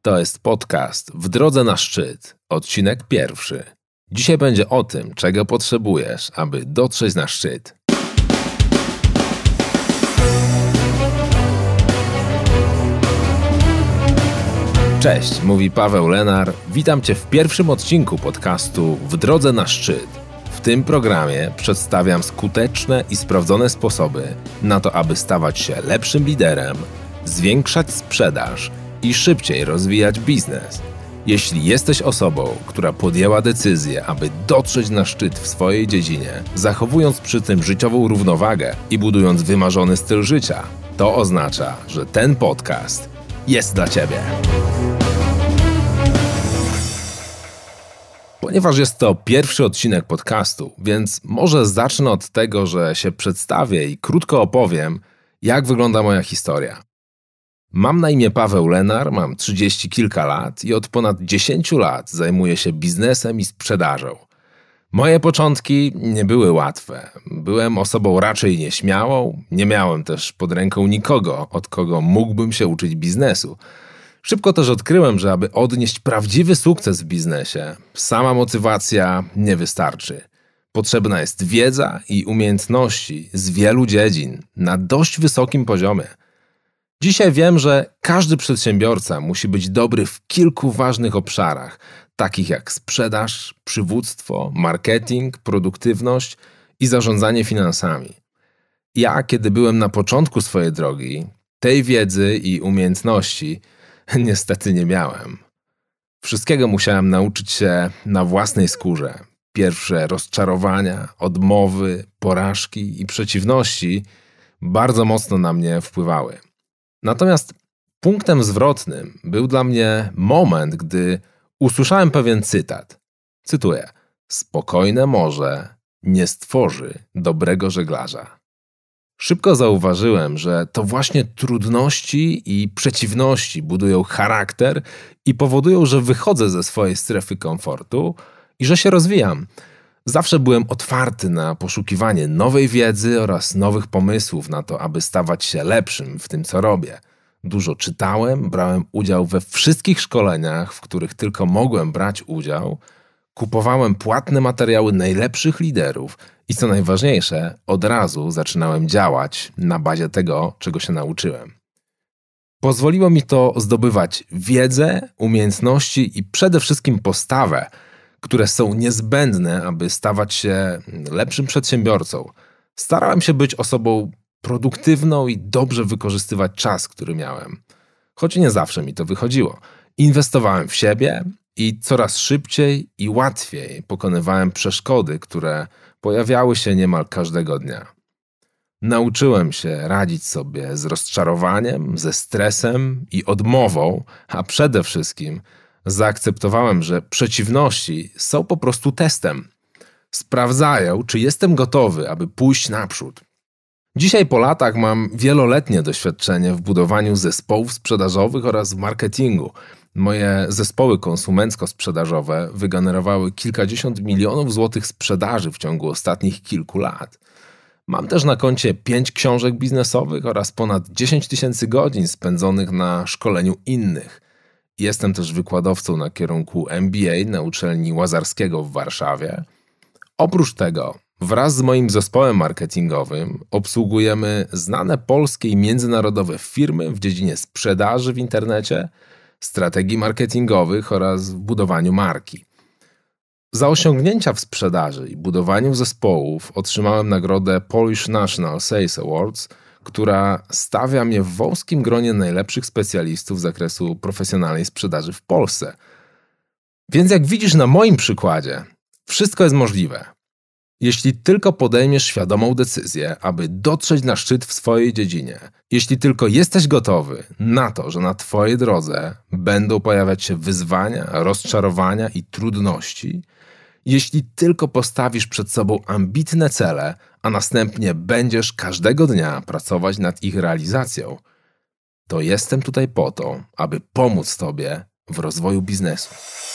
To jest podcast W drodze na szczyt, odcinek 1. Dzisiaj będzie o tym, czego potrzebujesz, aby dotrzeć na szczyt. Cześć, mówi Paweł Lenar. Witam Cię w pierwszym odcinku podcastu W drodze na szczyt. W tym programie przedstawiam skuteczne i sprawdzone sposoby na to, aby stawać się lepszym liderem, zwiększać sprzedaż i szybciej rozwijać biznes. Jeśli jesteś osobą, która podjęła decyzję, aby dotrzeć na szczyt w swojej dziedzinie, zachowując przy tym życiową równowagę i budując wymarzony styl życia, to oznacza, że ten podcast jest dla Ciebie. Ponieważ jest to pierwszy odcinek podcastu, więc może zacznę od tego, że się przedstawię i krótko opowiem, jak wygląda moja historia. Mam na imię Paweł Lenar, mam 30 kilka lat i od ponad 10 lat zajmuję się biznesem i sprzedażą. Moje początki nie były łatwe. Byłem osobą raczej nieśmiałą, nie miałem też pod ręką nikogo, od kogo mógłbym się uczyć biznesu. Szybko też odkryłem, że aby odnieść prawdziwy sukces w biznesie, sama motywacja nie wystarczy. Potrzebna jest wiedza i umiejętności z wielu dziedzin na dość wysokim poziomie. Dzisiaj wiem, że każdy przedsiębiorca musi być dobry w kilku ważnych obszarach, takich jak sprzedaż, przywództwo, marketing, produktywność i zarządzanie finansami. Ja, kiedy byłem na początku swojej drogi, tej wiedzy i umiejętności niestety nie miałem. Wszystkiego musiałem nauczyć się na własnej skórze. Pierwsze rozczarowania, odmowy, porażki i przeciwności bardzo mocno na mnie wpływały. Natomiast punktem zwrotnym był dla mnie moment, gdy usłyszałem pewien cytat. Cytuję: spokojne morze nie stworzy dobrego żeglarza. Szybko zauważyłem, że to właśnie trudności i przeciwności budują charakter i powodują, że wychodzę ze swojej strefy komfortu i że się rozwijam. Zawsze byłem otwarty na poszukiwanie nowej wiedzy oraz nowych pomysłów na to, aby stawać się lepszym w tym, co robię. Dużo czytałem, brałem udział we wszystkich szkoleniach, w których tylko mogłem brać udział. Kupowałem płatne materiały najlepszych liderów i co najważniejsze, od razu zaczynałem działać na bazie tego, czego się nauczyłem. Pozwoliło mi to zdobywać wiedzę, umiejętności i przede wszystkim postawę, które są niezbędne, aby stawać się lepszym przedsiębiorcą. Starałem się być osobą produktywną i dobrze wykorzystywać czas, który miałem. Choć nie zawsze mi to wychodziło. Inwestowałem w siebie i coraz szybciej i łatwiej pokonywałem przeszkody, które pojawiały się niemal każdego dnia. Nauczyłem się radzić sobie z rozczarowaniem, ze stresem i odmową, a przede wszystkim zaakceptowałem, że przeciwności są po prostu testem. Sprawdzają, czy jestem gotowy, aby pójść naprzód. Dzisiaj po latach mam wieloletnie doświadczenie w budowaniu zespołów sprzedażowych oraz w marketingu. Moje zespoły konsumencko-sprzedażowe wygenerowały kilkadziesiąt milionów złotych sprzedaży w ciągu ostatnich kilku lat. Mam też na koncie 5 książek biznesowych oraz ponad 10 000 godzin spędzonych na szkoleniu innych. Jestem też wykładowcą na kierunku MBA na uczelni Łazarskiego w Warszawie. Oprócz tego, wraz z moim zespołem marketingowym obsługujemy znane polskie i międzynarodowe firmy w dziedzinie sprzedaży w internecie, strategii marketingowych oraz w budowaniu marki. Za osiągnięcia w sprzedaży i budowaniu zespołów otrzymałem nagrodę Polish National Sales Awards, która stawia mnie w wąskim gronie najlepszych specjalistów z zakresu profesjonalnej sprzedaży w Polsce. Więc jak widzisz na moim przykładzie, wszystko jest możliwe. Jeśli tylko podejmiesz świadomą decyzję, aby dotrzeć na szczyt w swojej dziedzinie, jeśli tylko jesteś gotowy na to, że na Twojej drodze będą pojawiać się wyzwania, rozczarowania i trudności, jeśli tylko postawisz przed sobą ambitne cele, a następnie będziesz każdego dnia pracować nad ich realizacją, to jestem tutaj po to, aby pomóc Tobie w rozwoju biznesu.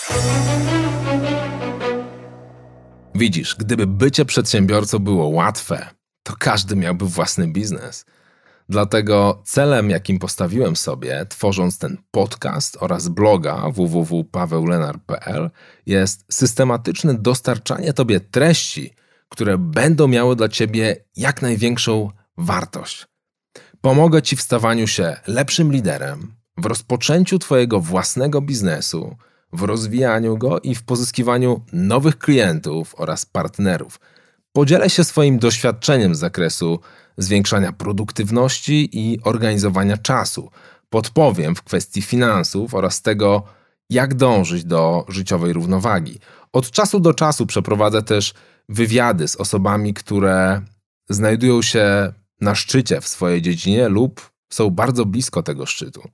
Widzisz, gdyby bycie przedsiębiorcą było łatwe, to każdy miałby własny biznes. Dlatego celem, jakim postawiłem sobie, tworząc ten podcast oraz bloga www.paweulenar.pl, jest systematyczne dostarczanie Tobie treści, które będą miały dla Ciebie jak największą wartość. Pomogę Ci w stawaniu się lepszym liderem, w rozpoczęciu Twojego własnego biznesu, w rozwijaniu go i w pozyskiwaniu nowych klientów oraz partnerów. Podzielę się swoim doświadczeniem z zakresu zwiększania produktywności i organizowania czasu. Podpowiem w kwestii finansów oraz tego, jak dążyć do życiowej równowagi. Od czasu do czasu przeprowadzę też wywiady z osobami, które znajdują się na szczycie w swojej dziedzinie lub są bardzo blisko tego szczytu.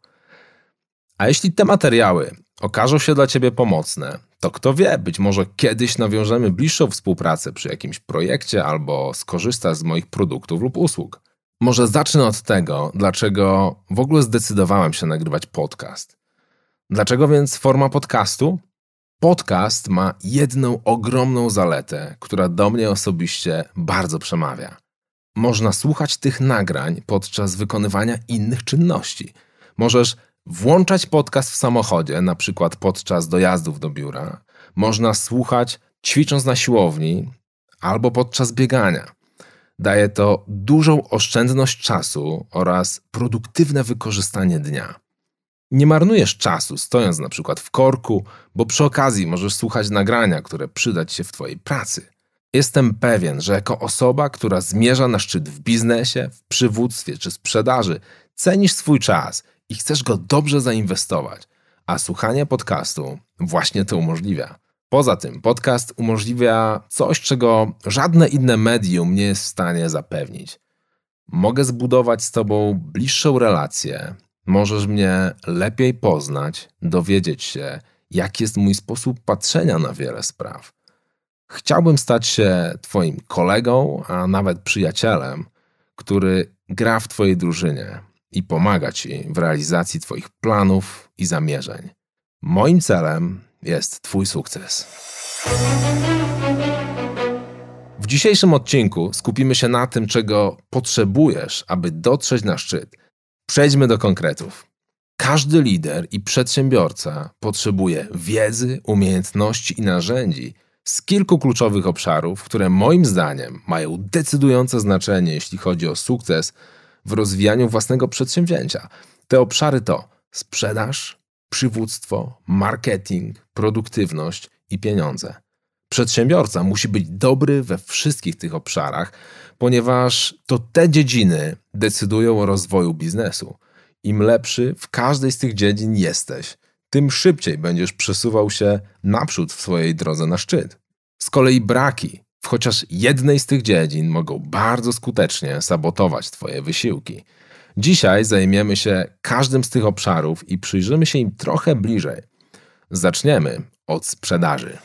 A jeśli te materiały okażą się dla Ciebie pomocne, to kto wie, być może kiedyś nawiążemy bliższą współpracę przy jakimś projekcie albo skorzystasz z moich produktów lub usług. Może zacznę od tego, dlaczego w ogóle zdecydowałem się nagrywać podcast. Dlaczego więc forma podcastu? Podcast ma jedną ogromną zaletę, która do mnie osobiście bardzo przemawia. Można słuchać tych nagrań podczas wykonywania innych czynności. Możesz włączać podcast w samochodzie, na przykład podczas dojazdów do biura. Można słuchać ćwicząc na siłowni albo podczas biegania. Daje to dużą oszczędność czasu oraz produktywne wykorzystanie dnia. Nie marnujesz czasu stojąc na przykład w korku, bo przy okazji możesz słuchać nagrania, które przyda Ci się w Twojej pracy. Jestem pewien, że jako osoba, która zmierza na szczyt w biznesie, w przywództwie czy sprzedaży, cenisz swój czas i chcesz go dobrze zainwestować, a słuchanie podcastu właśnie to umożliwia. Poza tym podcast umożliwia coś, czego żadne inne medium nie jest w stanie zapewnić. Mogę zbudować z Tobą bliższą relację, możesz mnie lepiej poznać, dowiedzieć się, jaki jest mój sposób patrzenia na wiele spraw. Chciałbym stać się Twoim kolegą, a nawet przyjacielem, który gra w Twojej drużynie i pomaga Ci w realizacji Twoich planów i zamierzeń. Moim celem jest Twój sukces. W dzisiejszym odcinku skupimy się na tym, czego potrzebujesz, aby dotrzeć na szczyt. Przejdźmy do konkretów. Każdy lider i przedsiębiorca potrzebuje wiedzy, umiejętności i narzędzi z kilku kluczowych obszarów, które moim zdaniem mają decydujące znaczenie, jeśli chodzi o sukces w rozwijaniu własnego przedsięwzięcia. Te obszary to sprzedaż, przywództwo, marketing, produktywność i pieniądze. Przedsiębiorca musi być dobry we wszystkich tych obszarach, ponieważ to te dziedziny decydują o rozwoju biznesu. Im lepszy w każdej z tych dziedzin jesteś, tym szybciej będziesz przesuwał się naprzód w swojej drodze na szczyt. Z kolei braki w chociaż jednej z tych dziedzin mogą bardzo skutecznie sabotować Twoje wysiłki. Dzisiaj zajmiemy się każdym z tych obszarów i przyjrzymy się im trochę bliżej. Zaczniemy od sprzedaży.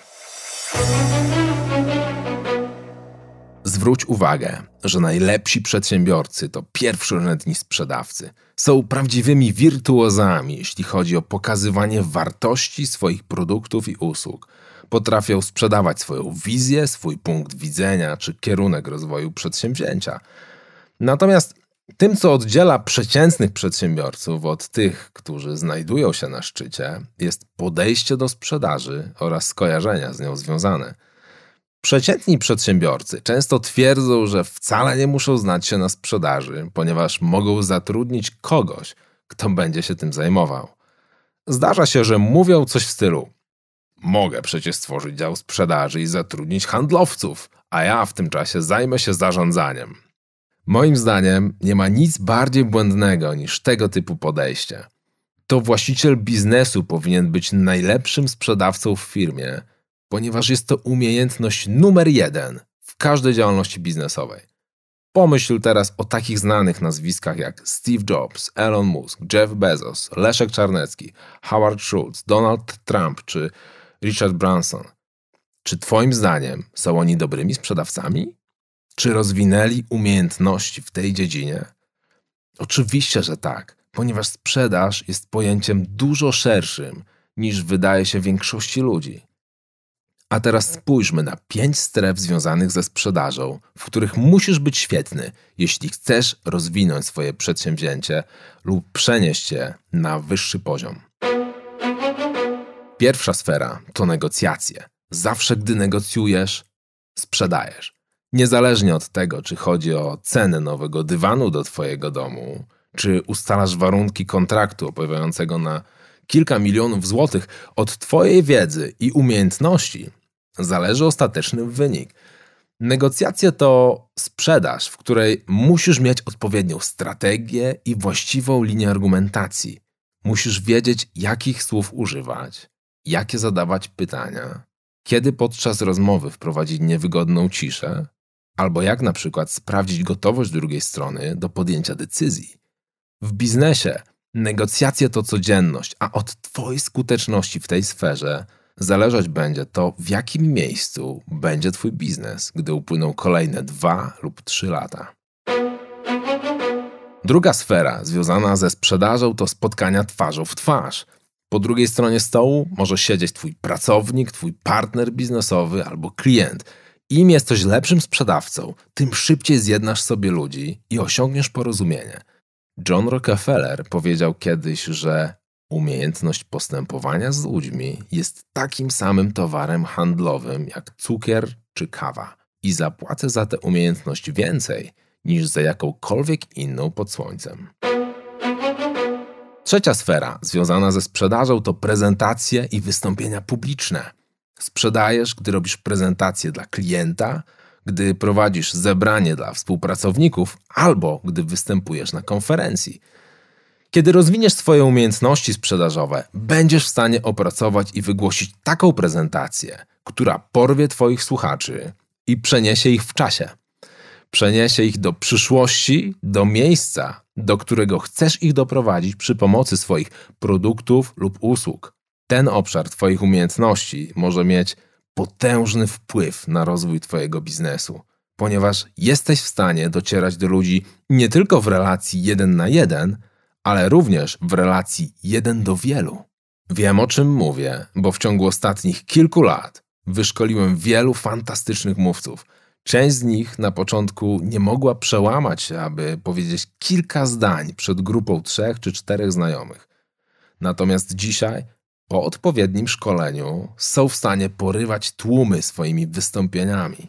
Zwróć uwagę, że najlepsi przedsiębiorcy to pierwszorzędni sprzedawcy. Są prawdziwymi wirtuozami, jeśli chodzi o pokazywanie wartości swoich produktów i usług. Potrafią sprzedawać swoją wizję, swój punkt widzenia czy kierunek rozwoju przedsięwzięcia. Natomiast tym, co oddziela przeciętnych przedsiębiorców od tych, którzy znajdują się na szczycie, jest podejście do sprzedaży oraz skojarzenia z nią związane. Przeciętni przedsiębiorcy często twierdzą, że wcale nie muszą znać się na sprzedaży, ponieważ mogą zatrudnić kogoś, kto będzie się tym zajmował. Zdarza się, że mówią coś w stylu: mogę przecież stworzyć dział sprzedaży i zatrudnić handlowców, a ja w tym czasie zajmę się zarządzaniem. Moim zdaniem nie ma nic bardziej błędnego niż tego typu podejście. To właściciel biznesu powinien być najlepszym sprzedawcą w firmie, ponieważ jest to umiejętność numer 1 w każdej działalności biznesowej. Pomyśl teraz o takich znanych nazwiskach jak Steve Jobs, Elon Musk, Jeff Bezos, Leszek Czarnecki, Howard Schultz, Donald Trump czy Richard Branson. Czy Twoim zdaniem są oni dobrymi sprzedawcami? Czy rozwinęli umiejętności w tej dziedzinie? Oczywiście, że tak, ponieważ sprzedaż jest pojęciem dużo szerszym niż wydaje się większości ludzi. A teraz spójrzmy na 5 stref związanych ze sprzedażą, w których musisz być świetny, jeśli chcesz rozwinąć swoje przedsięwzięcie lub przenieść je na wyższy poziom. Pierwsza sfera to negocjacje. Zawsze gdy negocjujesz, sprzedajesz. Niezależnie od tego, czy chodzi o cenę nowego dywanu do twojego domu, czy ustalasz warunki kontraktu opowiadającego na kilka milionów złotych, od twojej wiedzy i umiejętności zależy ostateczny wynik. Negocjacje to sprzedaż, w której musisz mieć odpowiednią strategię i właściwą linię argumentacji. Musisz wiedzieć, jakich słów używać, jakie zadawać pytania, kiedy podczas rozmowy wprowadzić niewygodną ciszę, albo jak na przykład sprawdzić gotowość drugiej strony do podjęcia decyzji. W biznesie negocjacje to codzienność, a od twojej skuteczności w tej sferze zależeć będzie to, w jakim miejscu będzie twój biznes, gdy upłyną kolejne 2 lub 3 lata. Druga sfera związana ze sprzedażą to spotkania twarzą w twarz. Po drugiej stronie stołu może siedzieć twój pracownik, twój partner biznesowy albo klient. Im jesteś lepszym sprzedawcą, tym szybciej zjednasz sobie ludzi i osiągniesz porozumienie. John Rockefeller powiedział kiedyś, że umiejętność postępowania z ludźmi jest takim samym towarem handlowym jak cukier czy kawa i zapłacę za tę umiejętność więcej niż za jakąkolwiek inną pod słońcem. Trzecia sfera związana ze sprzedażą to prezentacje i wystąpienia publiczne. Sprzedajesz, gdy robisz prezentację dla klienta, gdy prowadzisz zebranie dla współpracowników albo gdy występujesz na konferencji. Kiedy rozwiniesz swoje umiejętności sprzedażowe, będziesz w stanie opracować i wygłosić taką prezentację, która porwie twoich słuchaczy i przeniesie ich w czasie. Przeniesie ich do przyszłości, do miejsca, do którego chcesz ich doprowadzić przy pomocy swoich produktów lub usług. Ten obszar twoich umiejętności może mieć potężny wpływ na rozwój twojego biznesu, ponieważ jesteś w stanie docierać do ludzi nie tylko w relacji 1 na 1, ale również w relacji 1 do wielu. Wiem, o czym mówię, bo w ciągu ostatnich kilku lat wyszkoliłem wielu fantastycznych mówców. Część z nich na początku nie mogła przełamać się, aby powiedzieć kilka zdań przed grupą 3 czy 4 znajomych. Natomiast dzisiaj, po odpowiednim szkoleniu, są w stanie porywać tłumy swoimi wystąpieniami.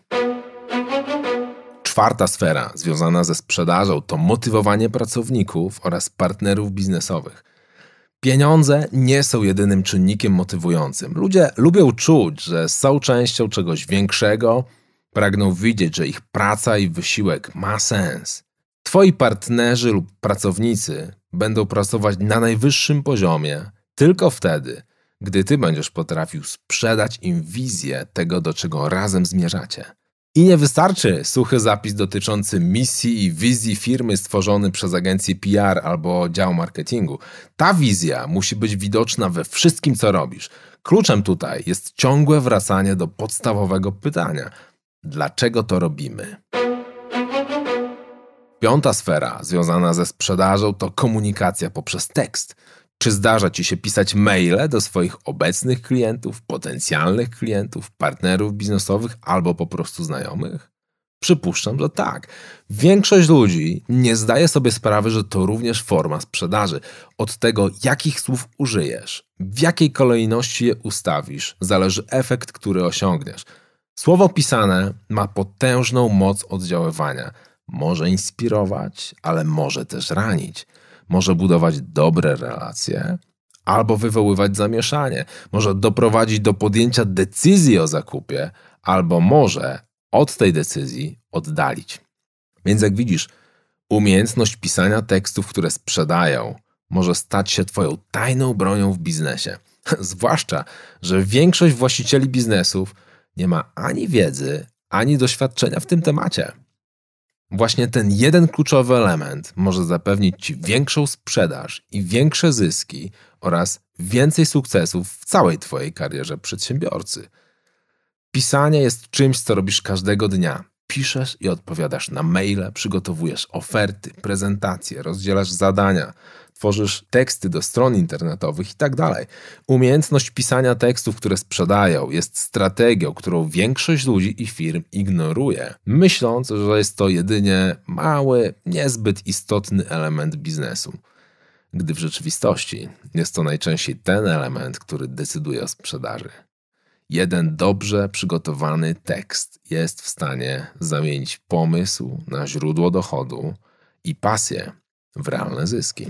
Czwarta sfera związana ze sprzedażą to motywowanie pracowników oraz partnerów biznesowych. Pieniądze nie są jedynym czynnikiem motywującym. Ludzie lubią czuć, że są częścią czegoś większego, pragną widzieć, że ich praca i wysiłek ma sens. Twoi partnerzy lub pracownicy będą pracować na najwyższym poziomie tylko wtedy, gdy ty będziesz potrafił sprzedać im wizję tego, do czego razem zmierzacie. I nie wystarczy suchy zapis dotyczący misji i wizji firmy stworzony przez agencję PR albo dział marketingu. Ta wizja musi być widoczna we wszystkim, co robisz. Kluczem tutaj jest ciągłe wracanie do podstawowego pytania. Dlaczego to robimy? Piąta sfera związana ze sprzedażą to komunikacja poprzez tekst. Czy zdarza ci się pisać maile do swoich obecnych klientów, potencjalnych klientów, partnerów biznesowych albo po prostu znajomych? Przypuszczam, że tak. Większość ludzi nie zdaje sobie sprawy, że to również forma sprzedaży. Od tego, jakich słów użyjesz, w jakiej kolejności je ustawisz, zależy efekt, który osiągniesz. Słowo pisane ma potężną moc oddziaływania. Może inspirować, ale może też ranić. Może budować dobre relacje albo wywoływać zamieszanie. Może doprowadzić do podjęcia decyzji o zakupie albo może od tej decyzji oddalić. Więc jak widzisz, umiejętność pisania tekstów, które sprzedają, może stać się twoją tajną bronią w biznesie. Zwłaszcza, że większość właścicieli biznesów nie ma ani wiedzy, ani doświadczenia w tym temacie. Właśnie ten jeden kluczowy element może zapewnić ci większą sprzedaż i większe zyski oraz więcej sukcesów w całej twojej karierze przedsiębiorcy. Pisanie jest czymś, co robisz każdego dnia. Piszesz i odpowiadasz na maile, przygotowujesz oferty, prezentacje, rozdzielasz zadania, tworzysz teksty do stron internetowych i tak dalej. Umiejętność pisania tekstów, które sprzedają, jest strategią, którą większość ludzi i firm ignoruje, myśląc, że jest to jedynie mały, niezbyt istotny element biznesu. Gdy w rzeczywistości jest to najczęściej ten element, który decyduje o sprzedaży. Jeden dobrze przygotowany tekst jest w stanie zamienić pomysł na źródło dochodu i pasję w realne zyski.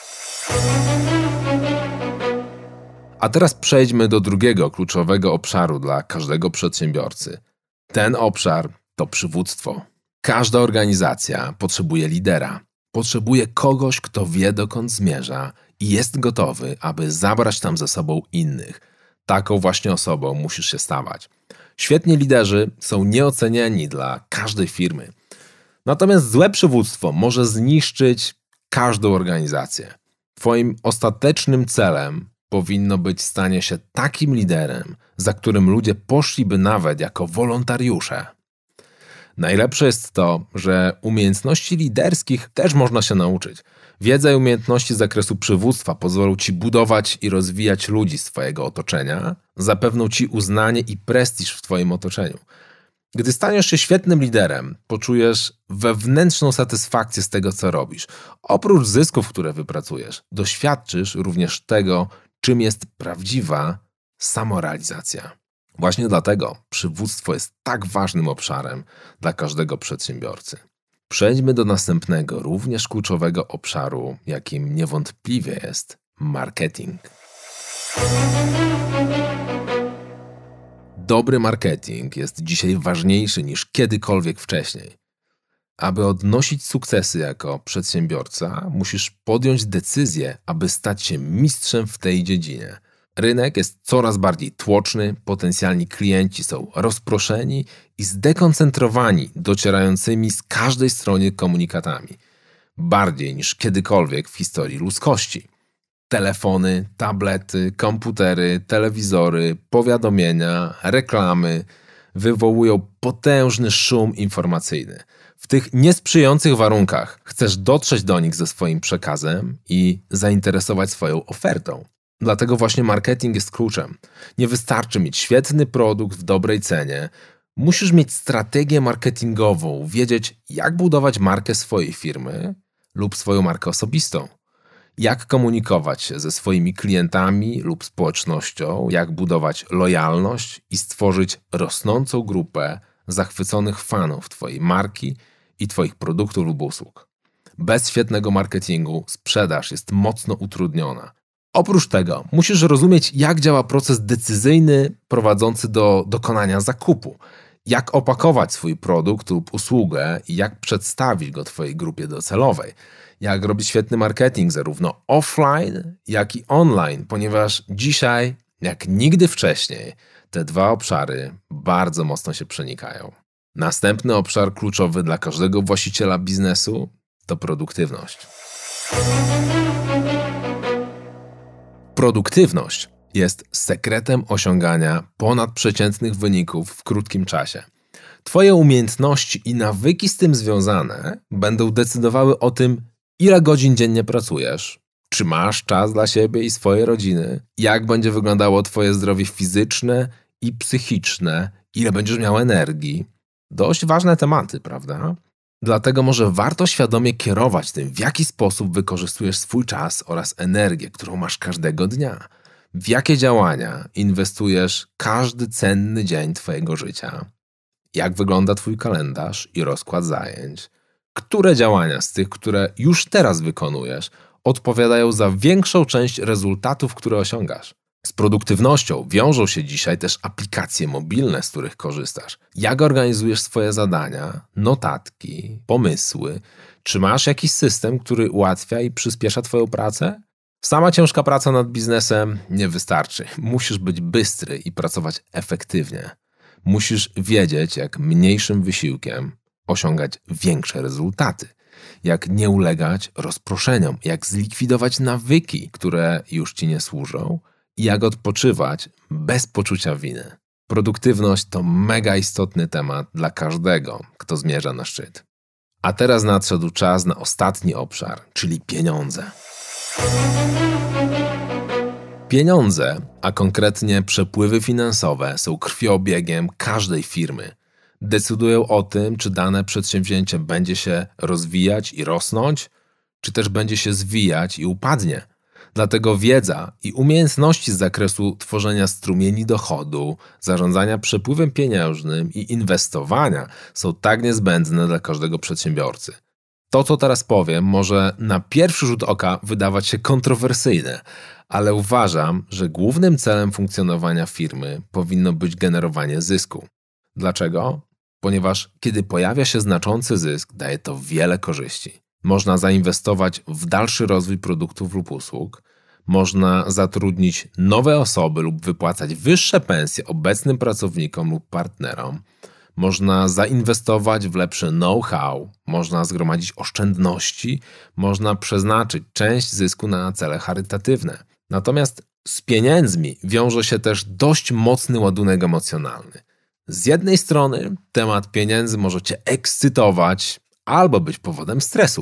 A teraz przejdźmy do drugiego kluczowego obszaru dla każdego przedsiębiorcy. Ten obszar to przywództwo. Każda organizacja potrzebuje lidera. Potrzebuje kogoś, kto wie, dokąd zmierza i jest gotowy, aby zabrać tam ze sobą innych. Taką właśnie osobą musisz się stawać. Świetni liderzy są nieocenieni dla każdej firmy. Natomiast złe przywództwo może zniszczyć każdą organizację. Twoim ostatecznym celem powinno być stanie się takim liderem, za którym ludzie poszliby nawet jako wolontariusze. Najlepsze jest to, że umiejętności liderskich też można się nauczyć. Wiedza i umiejętności z zakresu przywództwa pozwolą Ci budować i rozwijać ludzi z Twojego otoczenia, zapewnią Ci uznanie i prestiż w Twoim otoczeniu. Gdy staniesz się świetnym liderem, poczujesz wewnętrzną satysfakcję z tego, co robisz. Oprócz zysków, które wypracujesz, doświadczysz również tego, czym jest prawdziwa samorealizacja. Właśnie dlatego przywództwo jest tak ważnym obszarem dla każdego przedsiębiorcy. Przejdźmy do następnego, również kluczowego obszaru, jakim niewątpliwie jest marketing. Dobry marketing jest dzisiaj ważniejszy niż kiedykolwiek wcześniej. Aby odnosić sukcesy jako przedsiębiorca, musisz podjąć decyzję, aby stać się mistrzem w tej dziedzinie. Rynek jest coraz bardziej tłoczny, potencjalni klienci są rozproszeni i zdekoncentrowani docierającymi z każdej strony komunikatami. Bardziej niż kiedykolwiek w historii ludzkości. Telefony, tablety, komputery, telewizory, powiadomienia, reklamy wywołują potężny szum informacyjny. W tych niesprzyjających warunkach chcesz dotrzeć do nich ze swoim przekazem i zainteresować swoją ofertą. Dlatego właśnie marketing jest kluczem. Nie wystarczy mieć świetny produkt w dobrej cenie. Musisz mieć strategię marketingową, wiedzieć, jak budować markę swojej firmy lub swoją markę osobistą. Jak komunikować się ze swoimi klientami lub społecznością, jak budować lojalność i stworzyć rosnącą grupę zachwyconych fanów Twojej marki i Twoich produktów lub usług. Bez świetnego marketingu sprzedaż jest mocno utrudniona. Oprócz tego musisz rozumieć, jak działa proces decyzyjny prowadzący do dokonania zakupu, jak opakować swój produkt lub usługę i jak przedstawić go Twojej grupie docelowej, jak robić świetny marketing zarówno offline, jak i online, ponieważ dzisiaj, jak nigdy wcześniej, te dwa obszary bardzo mocno się przenikają. Następny obszar kluczowy dla każdego właściciela biznesu to produktywność. Produktywność jest sekretem osiągania ponadprzeciętnych wyników w krótkim czasie. Twoje umiejętności i nawyki z tym związane będą decydowały o tym, ile godzin dziennie pracujesz, czy masz czas dla siebie i swojej rodziny, jak będzie wyglądało Twoje zdrowie fizyczne i psychiczne, ile będziesz miał energii. Dość ważne tematy, prawda? Dlatego może warto świadomie kierować tym, w jaki sposób wykorzystujesz swój czas oraz energię, którą masz każdego dnia. W jakie działania inwestujesz każdy cenny dzień Twojego życia? Jak wygląda Twój kalendarz i rozkład zajęć? Które działania z tych, które już teraz wykonujesz, odpowiadają za większą część rezultatów, które osiągasz? Z produktywnością wiążą się dzisiaj też aplikacje mobilne, z których korzystasz. Jak organizujesz swoje zadania, notatki, pomysły? Czy masz jakiś system, który ułatwia i przyspiesza Twoją pracę? Sama ciężka praca nad biznesem nie wystarczy. Musisz być bystry i pracować efektywnie. Musisz wiedzieć, jak mniejszym wysiłkiem osiągać większe rezultaty. Jak nie ulegać rozproszeniom, jak zlikwidować nawyki, które już Ci nie służą i jak odpoczywać bez poczucia winy. Produktywność to mega istotny temat dla każdego, kto zmierza na szczyt. A teraz nadszedł czas na ostatni obszar, czyli pieniądze. Pieniądze, a konkretnie przepływy finansowe, są krwiobiegiem każdej firmy. Decydują o tym, czy dane przedsięwzięcie będzie się rozwijać i rosnąć, czy też będzie się zwijać i upadnie. Dlatego wiedza i umiejętności z zakresu tworzenia strumieni dochodu, zarządzania przepływem pieniężnym i inwestowania są tak niezbędne dla każdego przedsiębiorcy. To, co teraz powiem, może na pierwszy rzut oka wydawać się kontrowersyjne, ale uważam, że głównym celem funkcjonowania firmy powinno być generowanie zysku. Dlaczego? Ponieważ kiedy pojawia się znaczący zysk, daje to wiele korzyści. Można zainwestować w dalszy rozwój produktów lub usług, można zatrudnić nowe osoby lub wypłacać wyższe pensje obecnym pracownikom lub partnerom, można zainwestować w lepsze know-how, można zgromadzić oszczędności, można przeznaczyć część zysku na cele charytatywne. Natomiast z pieniędzmi wiąże się też dość mocny ładunek emocjonalny. Z jednej strony temat pieniędzy może Cię ekscytować albo być powodem stresu.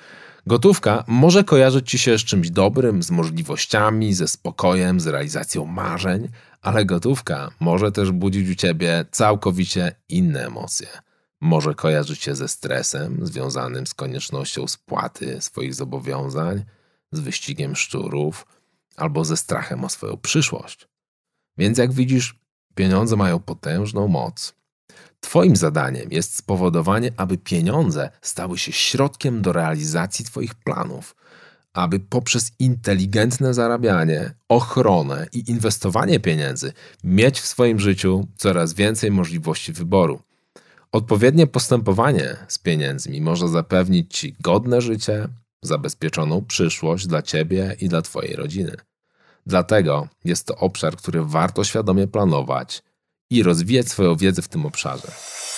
Gotówka może kojarzyć Ci się z czymś dobrym, z możliwościami, ze spokojem, z realizacją marzeń, ale gotówka może też budzić u Ciebie całkowicie inne emocje. Może kojarzyć się ze stresem związanym z koniecznością spłaty swoich zobowiązań, z wyścigiem szczurów albo ze strachem o swoją przyszłość. Więc jak widzisz, pieniądze mają potężną moc. Twoim zadaniem jest spowodowanie, aby pieniądze stały się środkiem do realizacji Twoich planów, aby poprzez inteligentne zarabianie, ochronę i inwestowanie pieniędzy mieć w swoim życiu coraz więcej możliwości wyboru. Odpowiednie postępowanie z pieniędzmi może zapewnić Ci godne życie, zabezpieczoną przyszłość dla Ciebie i dla Twojej rodziny. Dlatego jest to obszar, który warto świadomie planować i rozwijać swoją wiedzę w tym obszarze.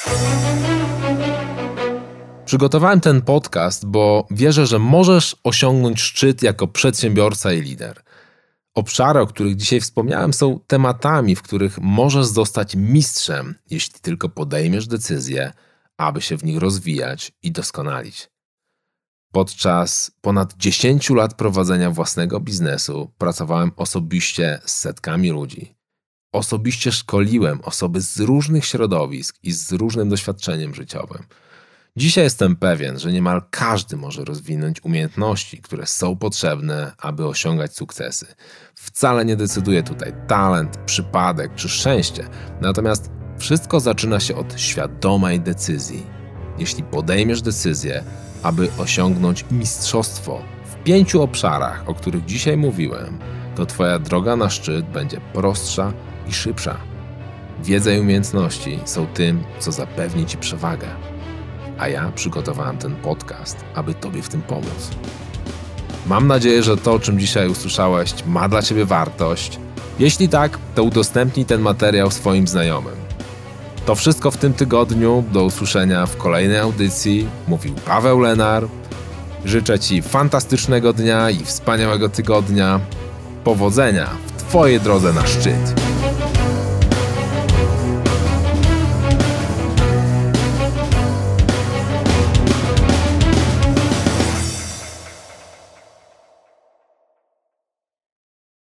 Przygotowałem ten podcast, bo wierzę, że możesz osiągnąć szczyt jako przedsiębiorca i lider. Obszary, o których dzisiaj wspomniałem, są tematami, w których możesz zostać mistrzem, jeśli tylko podejmiesz decyzję, aby się w nich rozwijać i doskonalić. Podczas ponad 10 lat prowadzenia własnego biznesu pracowałem osobiście z setkami ludzi. Osobiście szkoliłem osoby z różnych środowisk i z różnym doświadczeniem życiowym. Dzisiaj jestem pewien, że niemal każdy może rozwinąć umiejętności, które są potrzebne, aby osiągać sukcesy. Wcale nie decyduje tutaj talent, przypadek czy szczęście, natomiast wszystko zaczyna się od świadomej decyzji. Jeśli podejmiesz decyzję, aby osiągnąć mistrzostwo w 5 obszarach, o których dzisiaj mówiłem, to Twoja droga na szczyt będzie prostsza i szybsza. Wiedza i umiejętności są tym, co zapewni Ci przewagę. A ja przygotowałem ten podcast, aby Tobie w tym pomóc. Mam nadzieję, że to, o czym dzisiaj usłyszałeś, ma dla Ciebie wartość. Jeśli tak, to udostępnij ten materiał swoim znajomym. To wszystko w tym tygodniu. Do usłyszenia w kolejnej audycji. Mówił Paweł Lenar. Życzę Ci fantastycznego dnia i wspaniałego tygodnia. Powodzenia w Twojej drodze na szczyt.